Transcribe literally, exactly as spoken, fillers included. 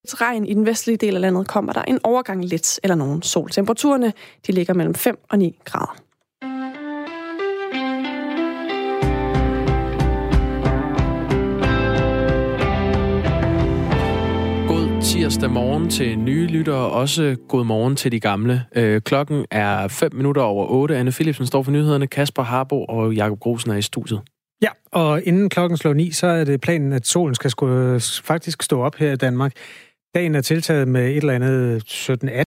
regn i den vestlige del af landet kommer der en overgang lidt eller nogen sol. Temperaturerne de ligger mellem fem og ni grader. Tirsdag morgen til nye lyttere, også god morgen til de gamle. Øh, klokken er fem minutter over otte. Anne Philipsen står for nyhederne. Kasper Harbo og Jakob Grosen er i studiet. Ja, og inden klokken slår ni, så er det planen, at solen skal faktisk stå op her i Danmark. Dagen er tiltaget med et eller andet sytten atten